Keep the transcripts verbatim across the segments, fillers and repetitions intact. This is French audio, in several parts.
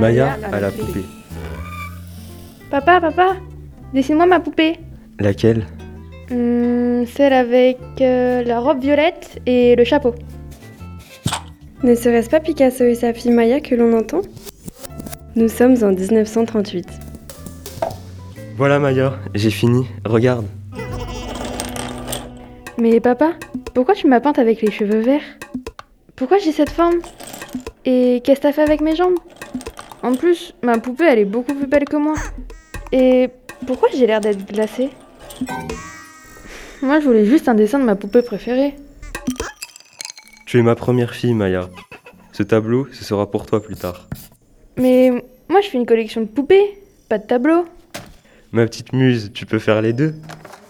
Maya à la poupée. Papa, papa, dessine-moi ma poupée. Laquelle? Hum, celle avec euh, la robe violette et le chapeau. Ne serait-ce pas Picasso et sa fille Maya que l'on entend? Nous sommes en dix-neuf cent trente-huit. Voilà Maya, j'ai fini, regarde. Mais papa, pourquoi tu m'as peinte avec les cheveux verts? Pourquoi j'ai cette forme? Et qu'est-ce que t'as fait avec mes jambes? En plus, ma poupée, elle est beaucoup plus belle que moi. Et pourquoi j'ai l'air d'être glacée? Moi, je voulais juste un dessin de ma poupée préférée. Tu es ma première fille Maya. Ce tableau, ce sera pour toi plus tard. Mais moi, je fais une collection de poupées, pas de tableaux. Ma petite muse, tu peux faire les deux?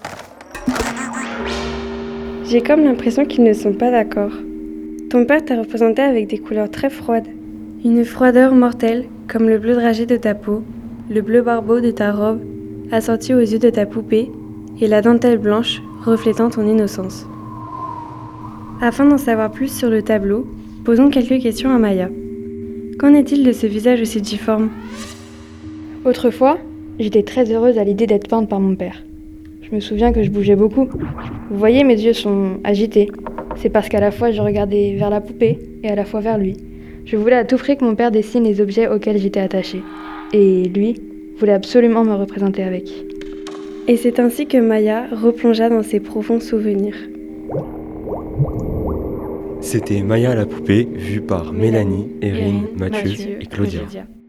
J'ai comme l'impression qu'ils ne sont pas d'accord. Ton père t'a représenté avec des couleurs très froides. Une froideur mortelle, comme le bleu dragé de ta peau, le bleu barbeau de ta robe, assorti aux yeux de ta poupée, et la dentelle blanche reflétant ton innocence. Afin d'en savoir plus sur le tableau, posons quelques questions à Maya. Qu'en est-il de ce visage aussi difforme? Autrefois, j'étais très heureuse à l'idée d'être peinte par mon père. Je me souviens que je bougeais beaucoup. Vous voyez, mes yeux sont agités. C'est parce qu'à la fois je regardais vers la poupée et à la fois vers lui. Je voulais à tout prix que mon père dessine les objets auxquels j'étais attachée. Et lui voulait absolument me représenter avec. Et c'est ainsi que Maya replongea dans ses profonds souvenirs. C'était Maya à la poupée, vue par Mélanie, Erin, Mathieu et Claudia.